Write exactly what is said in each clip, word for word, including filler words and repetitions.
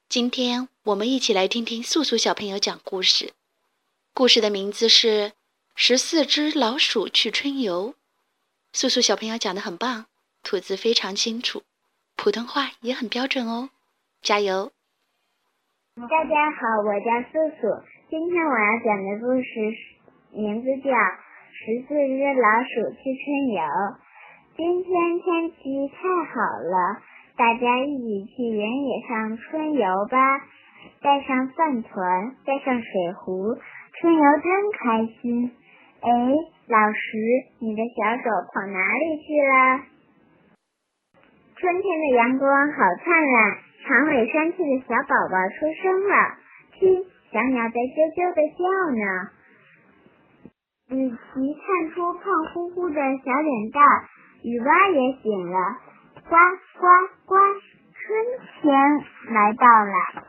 今天我们一起来听听素素小朋友讲故事。故事的名字是《十四只老鼠去春游》。素素小朋友讲得很棒，吐字非常清楚，普通话也很标准哦，加油！ 大家好，我叫素素。今天我要讲的故事名字叫《十四只老鼠去春游》。今天天气太好了，大家一起去原野上春游吧，带上饭团，带上水壶，春游真开心。哎，老石，你的小手跑哪里去了？春天的阳光好灿烂，长尾山雀的小宝宝出生了，听，小鸟在啾啾地叫呢。雨琦探出胖乎乎的小脸蛋，雨蛙也醒了，呱呱呱，春天来到了。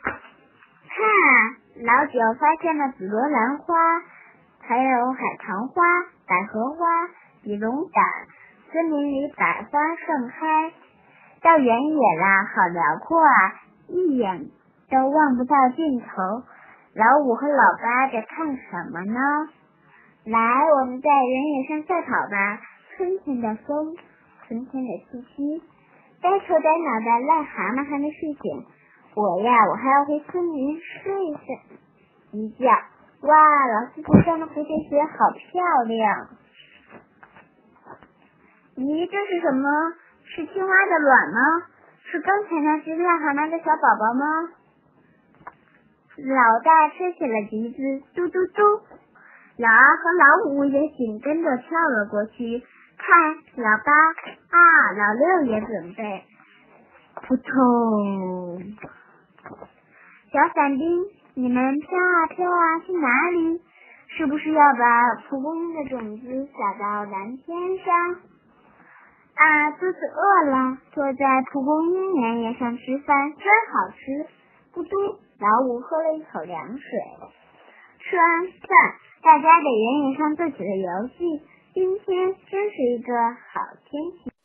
看，老九发现了紫罗兰花，还有海棠花、百合花、比龙胆，森林里百花盛开。到原野啦，好辽阔啊，一眼都望不到尽头。老五和老八在看什么呢？来，我们在原野上赛跑吧。春天的风，春天的气息。呆头呆脑的癞蛤蟆还没睡醒，我呀，我还要回森林睡睡一觉。哇，老师头上的蝴蝶结好漂亮。咦，这是什么？是青蛙的卵吗？是刚才那只癞蛤蟆的小宝宝吗？老大吹起了笛子，嘟嘟嘟。老二和老五也紧跟着跳了过去。看，老八啊，老六也准备。扑通！小伞兵，你们飘啊飘啊去哪里？是不是要把蒲公英的种子撒到蓝天上？啊，肚子饿了，坐在蒲公英原野上吃饭真好吃。咕嘟，老五喝了一口凉水。吃完饭，大家在原野上做起了游戏。今天真是一个好天气。